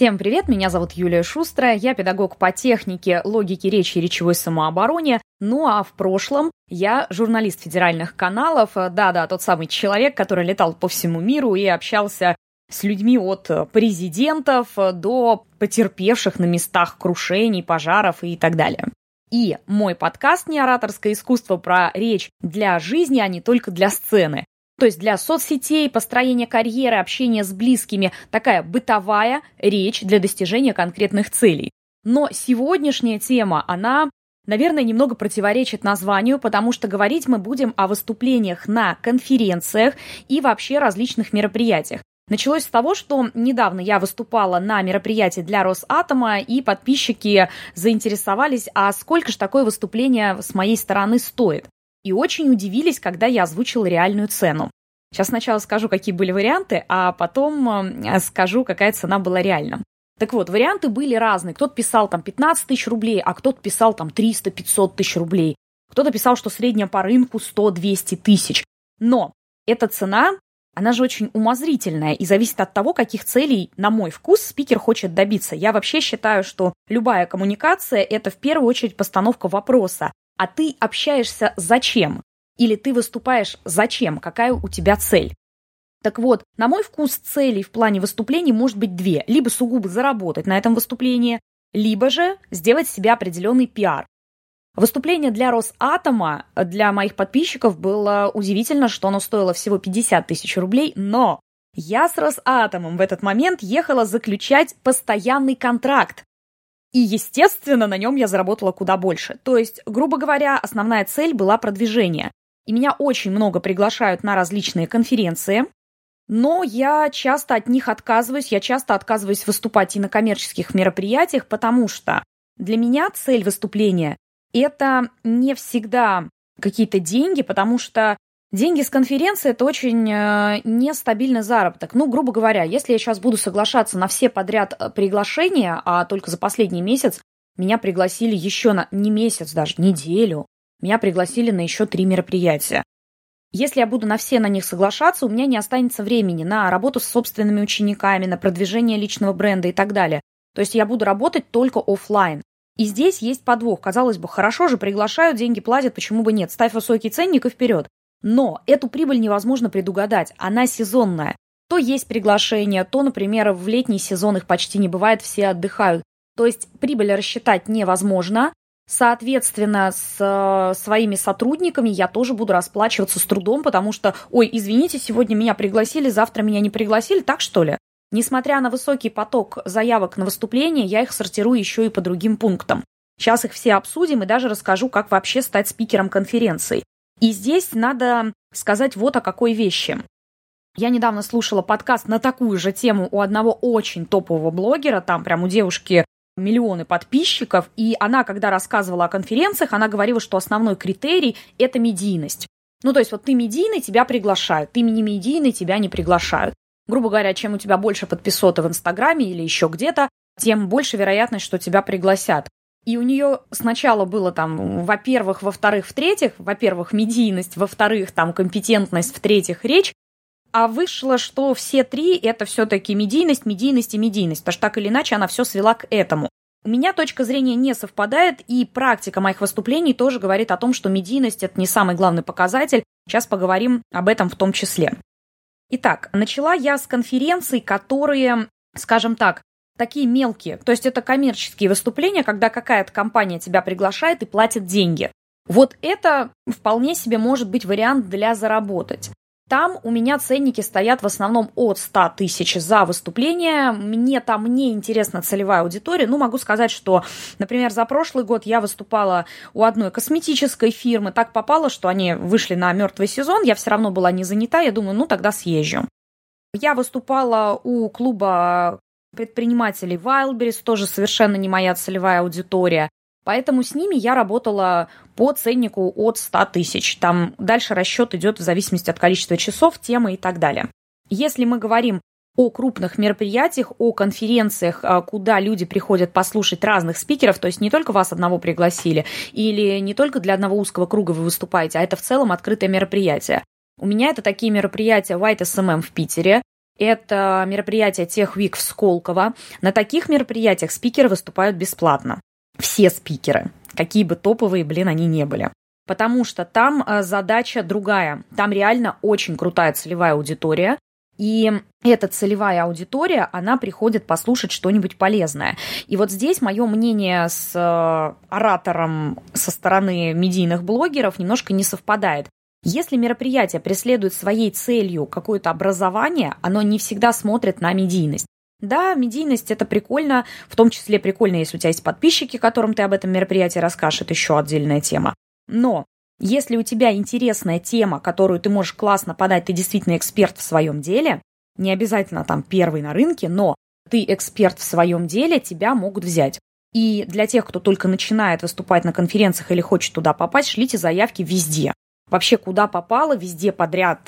Всем привет, меня зовут Юлия Шустрая, я педагог по технике, логике речи и речевой самообороне. Ну а в прошлом я журналист федеральных каналов, да-да, тот самый человек, который летал по всему миру и общался с людьми от президентов до потерпевших на местах крушений, пожаров и так далее. И мой подкаст «Неораторское искусство» про речь для жизни, а не только для сцены. То есть для соцсетей, построения карьеры, общения с близкими, такая бытовая речь для достижения конкретных целей. Но сегодняшняя тема, она, наверное, немного противоречит названию, потому что говорить мы будем о выступлениях на конференциях и вообще различных мероприятиях. Началось с того, что недавно я выступала на мероприятии для Росатома, и подписчики заинтересовались, а сколько же такое выступление с моей стороны стоит. И очень удивились, когда я озвучила реальную цену. Сейчас сначала скажу, какие были варианты, а потом скажу, какая цена была реальна. Так вот, варианты были разные. Кто-то писал там 15 тысяч рублей, а кто-то писал там 300-500 тысяч рублей. Кто-то писал, что средняя по рынку 100-200 тысяч. Но эта цена, она же очень умозрительная и зависит от того, каких целей, на мой вкус, спикер хочет добиться. Я вообще считаю, что любая коммуникация – это в первую очередь постановка вопроса. А ты общаешься зачем? Или ты выступаешь зачем? Какая у тебя цель? Так вот, на мой вкус, целей в плане выступлений может быть две. Либо сугубо заработать на этом выступлении, либо же сделать себе определенный пиар. Выступление для Росатома для моих подписчиков было удивительно, что оно стоило всего 50 тысяч рублей, но я с Росатомом в этот момент ехала заключать постоянный контракт. И, естественно, на нем я заработала куда больше. То есть, грубо говоря, основная цель была продвижение. И меня очень много приглашают на различные конференции, но я часто от них отказываюсь. Я часто отказываюсь выступать и на коммерческих мероприятиях, потому что для меня цель выступления – это не всегда какие-то деньги, потому что деньги с конференции – это очень нестабильный заработок. Ну, грубо говоря, если я сейчас буду соглашаться на все подряд приглашения, а только за последний месяц меня пригласили еще на не месяц даже, неделю, меня пригласили на еще 3 мероприятия. Если я буду на все на них соглашаться, у меня не останется времени на работу с собственными учениками, на продвижение личного бренда и так далее. То есть я буду работать только офлайн. И здесь есть подвох. Казалось бы, хорошо же, приглашают, деньги платят, почему бы нет? Ставь высокий ценник и вперед. Но эту прибыль невозможно предугадать, она сезонная. То есть приглашения, то, например, в летний сезон их почти не бывает, все отдыхают. То есть прибыль рассчитать невозможно. Соответственно, с своими сотрудниками я тоже буду расплачиваться с трудом, потому что, ой, извините, сегодня меня пригласили, завтра меня не пригласили, так что ли? Несмотря на высокий поток заявок на выступление, я их сортирую еще и по другим пунктам. Сейчас их все обсудим и даже расскажу, как вообще стать спикером конференции. И здесь надо сказать вот о какой вещи. Я недавно слушала подкаст на такую же тему у одного очень топового блогера, там прям у девушки миллионы подписчиков, и она, когда рассказывала о конференциях, она говорила, что основной критерий – это медийность. Ну, то есть вот ты медийный, тебя приглашают, ты не медийный, тебя не приглашают. Грубо говоря, чем у тебя больше подписоты в Инстаграме или еще где-то, тем больше вероятность, что тебя пригласят. И у нее сначала было там, во-первых, во-вторых, в-третьих, во-первых, медийность, во-вторых, там, компетентность, в-третьих, речь, а вышло, что все три – это все-таки медийность, медийность и медийность, потому что так или иначе она все свела к этому. У меня точка зрения не совпадает, и практика моих выступлений тоже говорит о том, что медийность – это не самый главный показатель. Сейчас поговорим об этом в том числе. Итак, начала я с конференций, которые, скажем так, такие мелкие. То есть это коммерческие выступления, когда какая-то компания тебя приглашает и платит деньги. Вот это вполне себе может быть вариант для заработать. Там у меня ценники стоят в основном от 100 тысяч за выступление. Мне там не интересна целевая аудитория. Ну, могу сказать, что, например, за прошлый год я выступала у одной косметической фирмы. Так попало, что они вышли на мертвый сезон. Я все равно была не занята. Я думаю, ну, тогда съезжу. Я выступала у клуба предпринимателей Wildberries. Тоже совершенно не моя целевая аудитория. Поэтому с ними я работала по ценнику от 100 тысяч. Там дальше расчет идет в зависимости от количества часов, темы и так далее. Если мы говорим о крупных мероприятиях, о конференциях, куда люди приходят послушать разных спикеров, то есть не только вас одного пригласили, или не только для одного узкого круга вы выступаете, а это в целом открытое мероприятие. У меня это такие мероприятия White SMM в Питере, Это мероприятие Tech Week в Сколково. На таких мероприятиях спикеры выступают бесплатно. Все спикеры, какие бы топовые, они не были. Потому что там задача другая. Там реально очень крутая целевая аудитория. И эта целевая аудитория, она приходит послушать что-нибудь полезное. И вот здесь мое мнение с оратором со стороны медийных блогеров немножко не совпадает. Если мероприятие преследует своей целью какое-то образование, оно не всегда смотрит на медийность. Да, медийность – это прикольно, в том числе прикольно, если у тебя есть подписчики, которым ты об этом мероприятии расскажешь, это еще отдельная тема. Но если у тебя интересная тема, которую ты можешь классно подать, ты действительно эксперт в своем деле, не обязательно там первый на рынке, но ты эксперт в своем деле, тебя могут взять. И для тех, кто только начинает выступать на конференциях или хочет туда попасть, шлите заявки везде. Вообще, куда попало, везде подряд,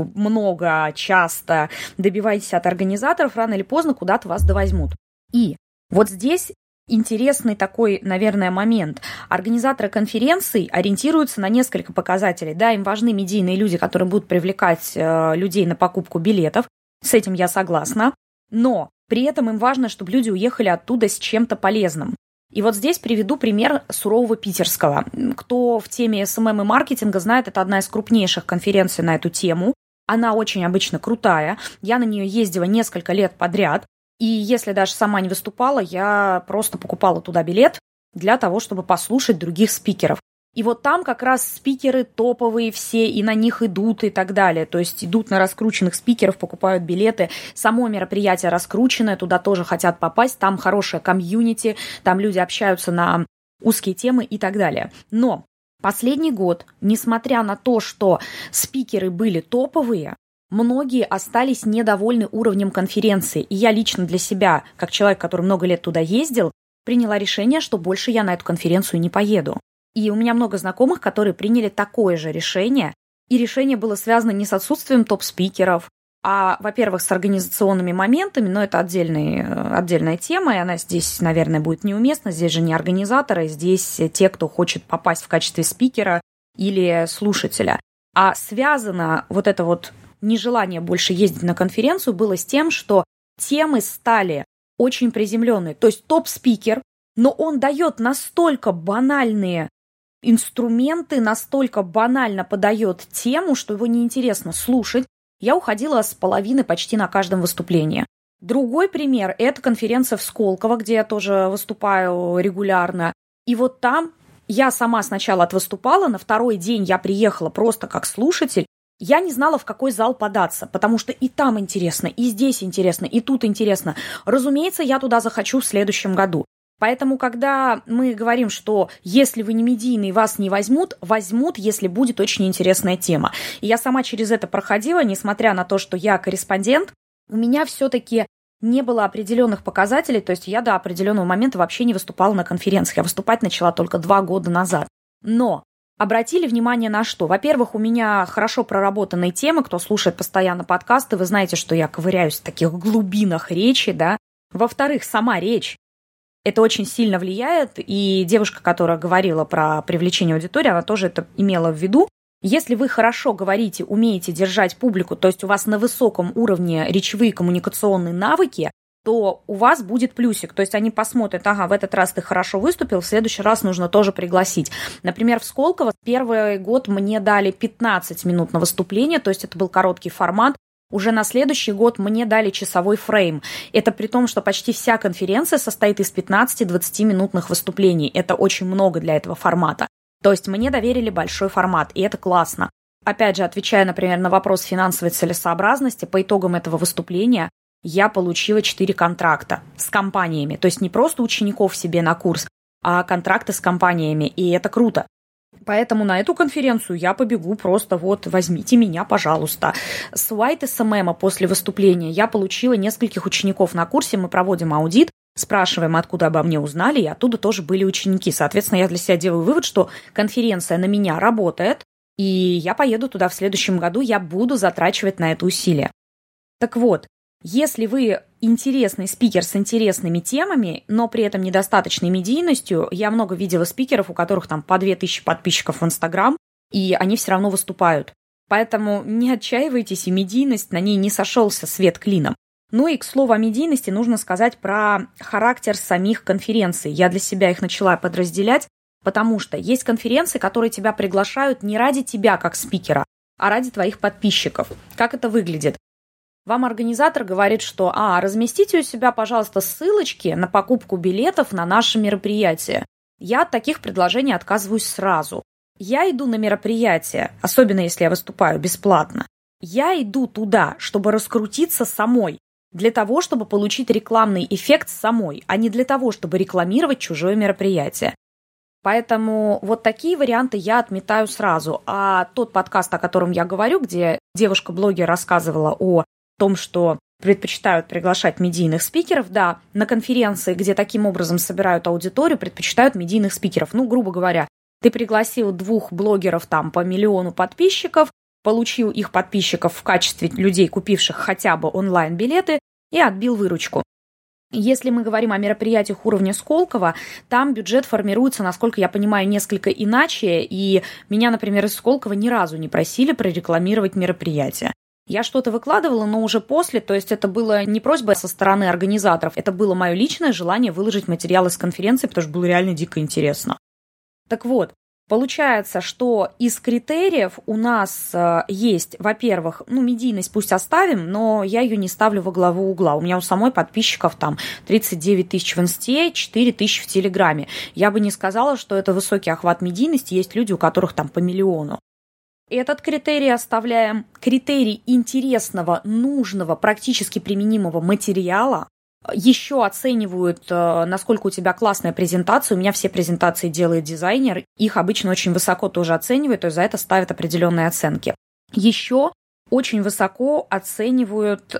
много, часто. Добивайтесь от организаторов, рано или поздно куда-то вас довозьмут. И вот здесь интересный такой, наверное, момент. Организаторы конференций ориентируются на несколько показателей. Да, им важны медийные люди, которые будут привлекать людей на покупку билетов. С этим я согласна. Но при этом им важно, чтобы люди уехали оттуда с чем-то полезным. И вот здесь приведу пример сурового питерского. Кто в теме СММ и маркетинга знает, это одна из крупнейших конференций на эту тему. Она очень обычно крутая. Я на нее ездила несколько лет подряд. И если даже сама не выступала, я просто покупала туда билет для того, чтобы послушать других спикеров. И вот там как раз спикеры топовые все, и на них идут и так далее. То есть идут на раскрученных спикеров, покупают билеты. Само мероприятие раскрученное, туда тоже хотят попасть. Там хорошая комьюнити, там люди общаются на узкие темы и так далее. Но последний год, несмотря на то, что спикеры были топовые, многие остались недовольны уровнем конференции. И я лично для себя, как человек, который много лет туда ездил, приняла решение, что больше я на эту конференцию не поеду. И у меня много знакомых, которые приняли такое же решение. И решение было связано не с отсутствием топ-спикеров, а, во-первых, с организационными моментами, но это отдельная тема, и она здесь, наверное, будет неуместна. Здесь же не организаторы, здесь те, кто хочет попасть в качестве спикера или слушателя. А связано вот это вот нежелание больше ездить на конференцию было с тем, что темы стали очень приземленные. То есть топ-спикер, но он дает настолько банальные инструменты, настолько банально подает тему, что его неинтересно слушать. Я уходила с половины почти на каждом выступлении. Другой пример – это конференция в Сколково, где я тоже выступаю регулярно. И вот там я сама сначала отвыступала, на второй день я приехала просто как слушатель. Я не знала, в какой зал податься, потому что и там интересно, и здесь интересно, и тут интересно. Разумеется, я туда захочу в следующем году. Поэтому, когда мы говорим, что если вы не медийный, вас не возьмут, если будет очень интересная тема. И я сама через это проходила, несмотря на то, что я корреспондент, у меня все-таки не было определенных показателей, то есть я до определенного момента вообще не выступала на конференциях. Я выступать начала только 2 года назад. Но обратили внимание на что? Во-первых, у меня хорошо проработанные темы, кто слушает постоянно подкасты, вы знаете, что я ковыряюсь в таких глубинах речи, да. Во-вторых, сама речь. Это очень сильно влияет, и девушка, которая говорила про привлечение аудитории, она тоже это имела в виду. Если вы хорошо говорите, умеете держать публику, то есть у вас на высоком уровне речевые коммуникационные навыки, то у вас будет плюсик. То есть они посмотрят, ага, в этот раз ты хорошо выступил, в следующий раз нужно тоже пригласить. Например, в Сколково первый год мне дали 15 минут на выступление, то есть это был короткий формат. Уже на следующий год мне дали часовой фрейм. Это при том, что почти вся конференция состоит из 15-20 минутных выступлений. Это очень много для этого формата. То есть мне доверили большой формат, и это классно. Опять же, отвечая, например, на вопрос финансовой целесообразности, по итогам этого выступления я получила 4 контракта с компаниями. То есть не просто учеников себе на курс, а контракты с компаниями, и это круто. Поэтому на эту конференцию я побегу просто вот возьмите меня, пожалуйста. С White SMM после выступления я получила нескольких учеников на курсе, мы проводим аудит, спрашиваем, откуда обо мне узнали, и оттуда тоже были ученики. Соответственно, я для себя делаю вывод, что конференция на меня работает, и я поеду туда в следующем году, я буду затрачивать на это усилия. Так вот, если вы интересный спикер с интересными темами, но при этом недостаточной медийностью, я много видела спикеров, у которых там по 2000 подписчиков в Инстаграм, и они все равно выступают. Поэтому не отчаивайтесь, и медийность, на ней не сошелся свет клином. Ну и, к слову, о медийности нужно сказать про характер самих конференций. Я для себя их начала подразделять, потому что есть конференции, которые тебя приглашают не ради тебя как спикера, а ради твоих подписчиков. Как это выглядит? Вам организатор говорит, что разместите у себя, пожалуйста, ссылочки на покупку билетов на наше мероприятие. Я от таких предложений отказываюсь сразу. Я иду на мероприятие, особенно если я выступаю бесплатно. Я иду туда, чтобы раскрутиться самой, для того, чтобы получить рекламный эффект самой, а не для того, чтобы рекламировать чужое мероприятие. Поэтому вот такие варианты я отметаю сразу. А тот подкаст, о котором я говорю, где девушка-блогер рассказывала о том, что предпочитают приглашать медийных спикеров, да, на конференции, где таким образом собирают аудиторию, предпочитают медийных спикеров. Ну, грубо говоря, ты пригласил 2 блогеров там по 1 миллиону подписчиков, получил их подписчиков в качестве людей, купивших хотя бы онлайн-билеты, и отбил выручку. Если мы говорим о мероприятиях уровня Сколково, там бюджет формируется, насколько я понимаю, несколько иначе, и меня, например, из Сколково ни разу не просили прорекламировать мероприятие. Я что-то выкладывала, но уже после, то есть это было не просьба со стороны организаторов, это было мое личное желание выложить материал из конференции, потому что было реально дико интересно. Так вот, получается, что из критериев у нас есть, во-первых, медийность пусть оставим, но я ее не ставлю во главу угла. У меня у самой подписчиков там 39 тысяч в Инсте, 4 тысячи в Телеграме. Я бы не сказала, что это высокий охват медийности, есть люди, у которых там по 1 миллиону. Этот критерий оставляем. Критерий интересного, нужного, практически применимого материала. Еще оценивают, насколько у тебя классная презентация. У меня все презентации делает дизайнер. Их обычно очень высоко тоже оценивают, то есть за это ставят определенные оценки. Еще очень высоко оценивают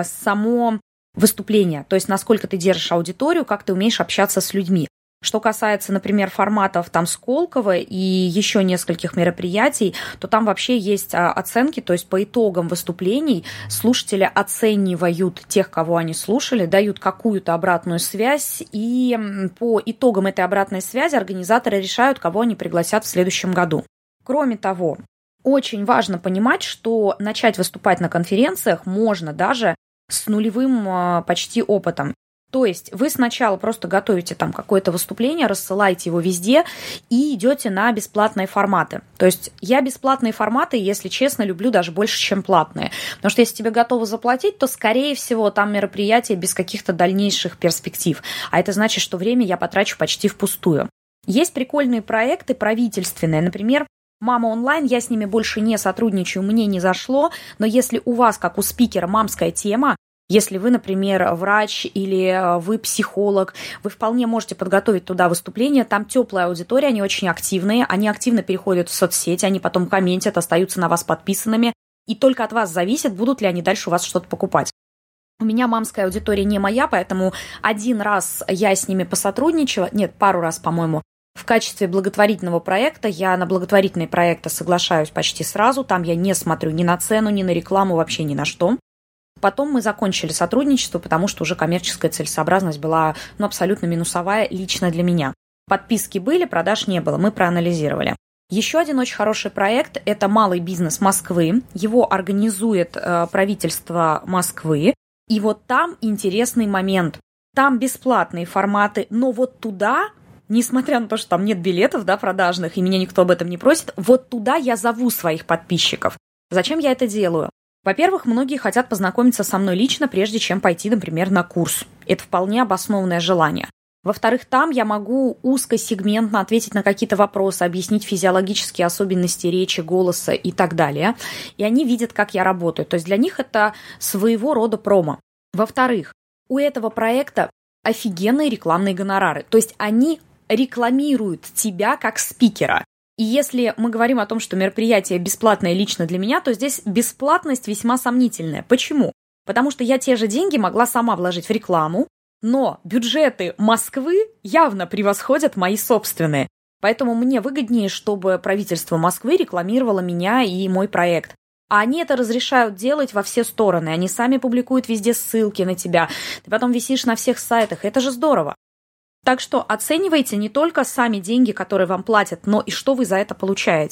само выступление, то есть насколько ты держишь аудиторию, как ты умеешь общаться с людьми. Что касается, например, форматов там Сколково и еще нескольких мероприятий, то там вообще есть оценки, то есть по итогам выступлений слушатели оценивают тех, кого они слушали, дают какую-то обратную связь, и по итогам этой обратной связи организаторы решают, кого они пригласят в следующем году. Кроме того, очень важно понимать, что начать выступать на конференциях можно даже с нулевым почти опытом. То есть вы сначала просто готовите там какое-то выступление, рассылаете его везде и идете на бесплатные форматы. То есть я бесплатные форматы, если честно, люблю даже больше, чем платные. Потому что если тебе готовы заплатить, то, скорее всего, там мероприятие без каких-то дальнейших перспектив. А это значит, что время я потрачу почти впустую. Есть прикольные проекты правительственные, например, «Мама онлайн», я с ними больше не сотрудничаю, мне не зашло, но если у вас, как у спикера, мамская тема, если вы, например, врач или вы психолог, вы вполне можете подготовить туда выступление. Там теплая аудитория, они очень активные, они активно переходят в соцсети, они потом комментят, остаются на вас подписанными. И только от вас зависит, будут ли они дальше у вас что-то покупать. У меня мамская аудитория не моя, поэтому один раз я с ними посотрудничала, пару раз, по-моему, в качестве благотворительного проекта. Я на благотворительные проекты соглашаюсь почти сразу, там я не смотрю ни на цену, ни на рекламу, вообще ни на что. Потом мы закончили сотрудничество, потому что уже коммерческая целесообразность была абсолютно минусовая лично для меня. Подписки были, продаж не было, мы проанализировали. Еще один очень хороший проект – это «Малый бизнес Москвы». Его организует правительство Москвы. И вот там интересный момент. Там бесплатные форматы, но вот туда, несмотря на то, что там нет билетов продажных, и меня никто об этом не просит, вот туда я зову своих подписчиков. Зачем я это делаю? Во-первых, многие хотят познакомиться со мной лично, прежде чем пойти, например, на курс. Это вполне обоснованное желание. Во-вторых, там я могу узкосегментно ответить на какие-то вопросы, объяснить физиологические особенности речи, голоса и так далее. И они видят, как я работаю. То есть для них это своего рода промо. Во-вторых, у этого проекта офигенные рекламные гонорары. То есть они рекламируют тебя как спикера. И если мы говорим о том, что мероприятие бесплатное лично для меня, то здесь бесплатность весьма сомнительная. Почему? Потому что я те же деньги могла сама вложить в рекламу, но бюджеты Москвы явно превосходят мои собственные. Поэтому мне выгоднее, чтобы правительство Москвы рекламировало меня и мой проект. А они это разрешают делать во все стороны. Они сами публикуют везде ссылки на тебя. Ты потом висишь на всех сайтах. Это же здорово. Так что оценивайте не только сами деньги, которые вам платят, но и что вы за это получаете.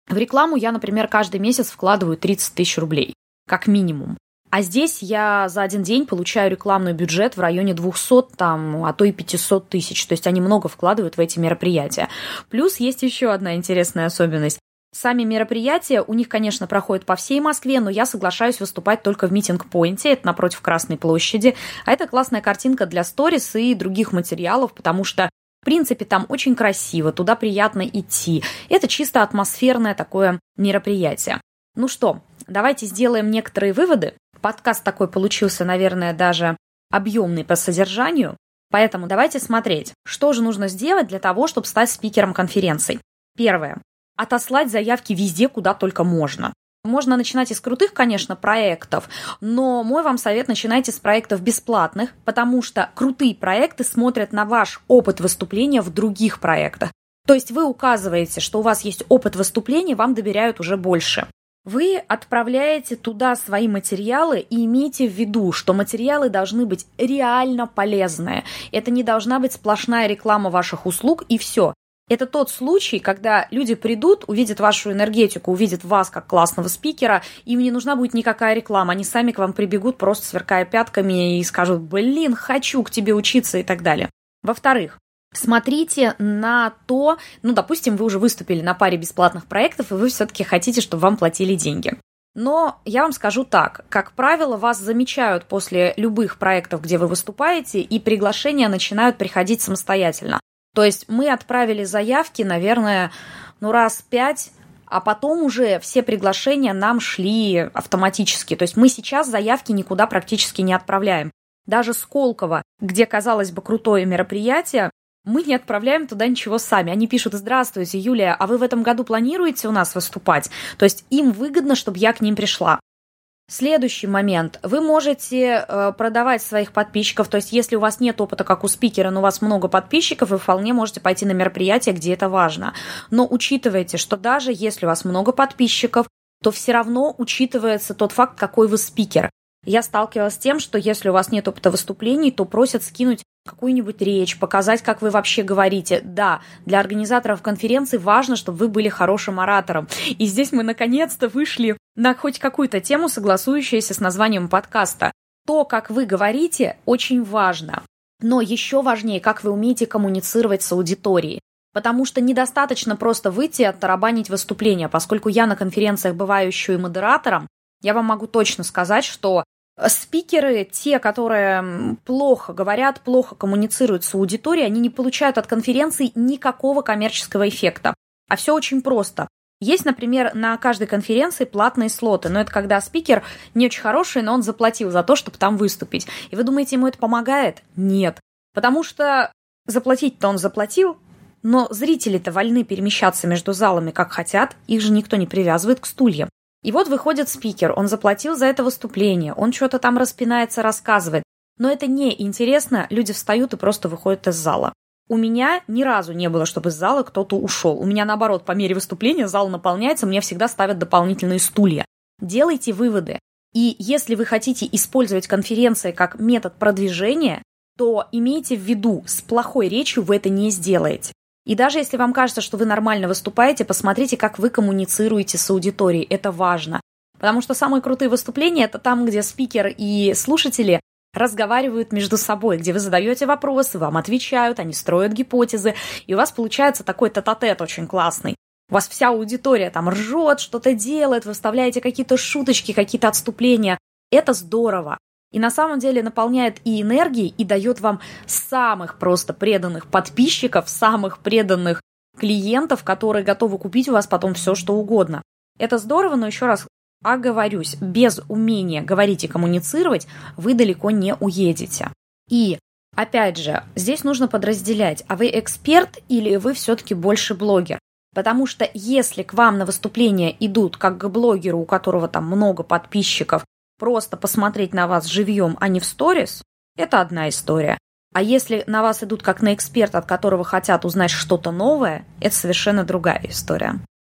В рекламу я, например, каждый месяц вкладываю 30 тысяч рублей, как минимум. А здесь я за один день получаю рекламный бюджет в районе 200, а то и 500 тысяч. То есть они много вкладывают в эти мероприятия. Плюс есть еще одна интересная особенность. Сами мероприятия у них, конечно, проходят по всей Москве, но я соглашаюсь выступать только в митинг-пойнте, это напротив Красной площади. А это классная картинка для сторис и других материалов, потому что, в принципе, там очень красиво, туда приятно идти. Это чисто атмосферное такое мероприятие. Ну что, давайте сделаем некоторые выводы. Подкаст такой получился, наверное, даже объемный по содержанию. Поэтому давайте смотреть, что же нужно сделать для того, чтобы стать спикером конференций. Первое. Отослать заявки везде, куда только можно. Можно начинать из крутых, конечно, проектов, но мой вам совет: начинайте с проектов бесплатных, потому что крутые проекты смотрят на ваш опыт выступления в других проектах. То есть вы указываете, что у вас есть опыт выступления, вам доверяют уже больше. Вы отправляете туда свои материалы и имейте в виду, что материалы должны быть реально полезные. Это не должна быть сплошная реклама ваших услуг и все. Это тот случай, когда люди придут, увидят вашу энергетику, увидят вас как классного спикера, им не нужна будет никакая реклама, они сами к вам прибегут, просто сверкая пятками и скажут: «Блин, хочу к тебе учиться» и так далее. Во-вторых, смотрите на то, допустим, вы уже выступили на паре бесплатных проектов, и вы все-таки хотите, чтобы вам платили деньги. Но я вам скажу так, как правило, вас замечают после любых проектов, где вы выступаете, и приглашения начинают приходить самостоятельно. То есть мы отправили заявки, наверное, раз 5, а потом уже все приглашения нам шли автоматически. То есть мы сейчас заявки никуда практически не отправляем. Даже Сколково, где, казалось бы, крутое мероприятие, мы не отправляем туда ничего сами. Они пишут: «Здравствуйте, Юлия, а вы в этом году планируете у нас выступать?» То есть им выгодно, чтобы я к ним пришла. Следующий момент. Вы можете продавать своих подписчиков, то есть если у вас нет опыта как у спикера, но у вас много подписчиков, вы вполне можете пойти на мероприятие, где это важно. Но учитывайте, что даже если у вас много подписчиков, то все равно учитывается тот факт, какой вы спикер. Я сталкивалась с тем, что если у вас нет опыта выступлений, то просят скинуть какую-нибудь речь, показать, как вы вообще говорите. Да, для организаторов конференции важно, чтобы вы были хорошим оратором. И здесь мы наконец-то вышли на хоть какую-то тему, согласующуюся с названием подкаста. То, как вы говорите, очень важно. Но еще важнее, как вы умеете коммуницировать с аудиторией. Потому что недостаточно просто выйти и оттарабанить выступление. Поскольку я на конференциях бываю еще и модератором, я вам могу точно сказать, что спикеры, те, которые плохо говорят, плохо коммуницируют с аудиторией, они не получают от конференции никакого коммерческого эффекта. А все очень просто. Есть, например, на каждой конференции платные слоты, но это когда спикер не очень хороший, но он заплатил за то, чтобы там выступить. И вы думаете, ему это помогает? Нет. Потому что заплатить-то он заплатил, но зрители-то вольны перемещаться между залами как хотят, их же никто не привязывает к стульям. И вот выходит спикер, он заплатил за это выступление, он что-то там распинается, рассказывает. Но это не интересно, люди встают и просто выходят из зала. У меня ни разу не было, чтобы из зала кто-то ушел. У меня, наоборот, по мере выступления зал наполняется, мне всегда ставят дополнительные стулья. Делайте выводы. И если вы хотите использовать конференции как метод продвижения, то имейте в виду, с плохой речью вы это не сделаете. И даже если вам кажется, что вы нормально выступаете, посмотрите, как вы коммуницируете с аудиторией. Это важно. Потому что самые крутые выступления – это там, где спикер и слушатели разговаривают между собой, где вы задаете вопросы, вам отвечают, они строят гипотезы, и у вас получается такой тет-а-тет очень классный. У вас вся аудитория там ржет, что-то делает, вы вставляете какие-то шуточки, какие-то отступления. Это здорово. И на самом деле наполняет и энергией, и дает вам самых просто преданных подписчиков, самых преданных клиентов, которые готовы купить у вас потом все, что угодно. Это здорово, но еще раз оговорюсь, без умения говорить и коммуницировать вы далеко не уедете. И, опять же, здесь нужно подразделять, а вы эксперт или вы все-таки больше блогер? Потому что если к вам на выступление идут как к блогеру, у которого там много подписчиков, просто посмотреть на вас живьем, а не в сторис, это одна история. А если на вас идут как на эксперта, от которого хотят узнать что-то новое, это совершенно другая история.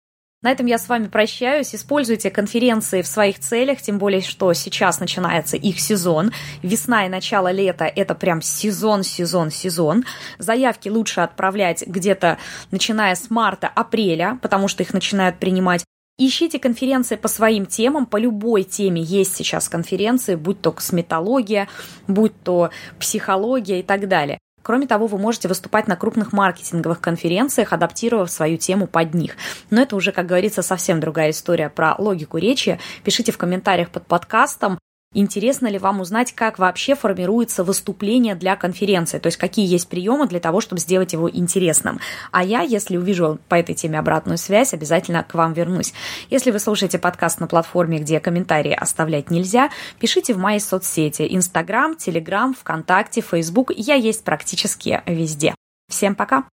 На этом я с вами прощаюсь. Используйте конференции в своих целях, тем более, что сейчас начинается их сезон. Весна и начало лета – это прям сезон. Заявки лучше отправлять где-то начиная с марта-апреля, потому что их начинают принимать. Ищите конференции по своим темам, по любой теме есть сейчас конференции, будь то косметология, будь то психология и так далее. Кроме того, вы можете выступать на крупных маркетинговых конференциях, адаптировав свою тему под них. Но это уже, как говорится, совсем другая история про логику речи. Пишите в комментариях под подкастом, интересно ли вам узнать, как вообще формируется выступление для конференции, то есть какие есть приемы для того, чтобы сделать его интересным. А я, если увижу по этой теме обратную связь, обязательно к вам вернусь. Если вы слушаете подкаст на платформе, где комментарии оставлять нельзя, пишите в мои соцсети: Инстаграм, Телеграм, ВКонтакте, Фейсбук. Я есть практически везде. Всем пока!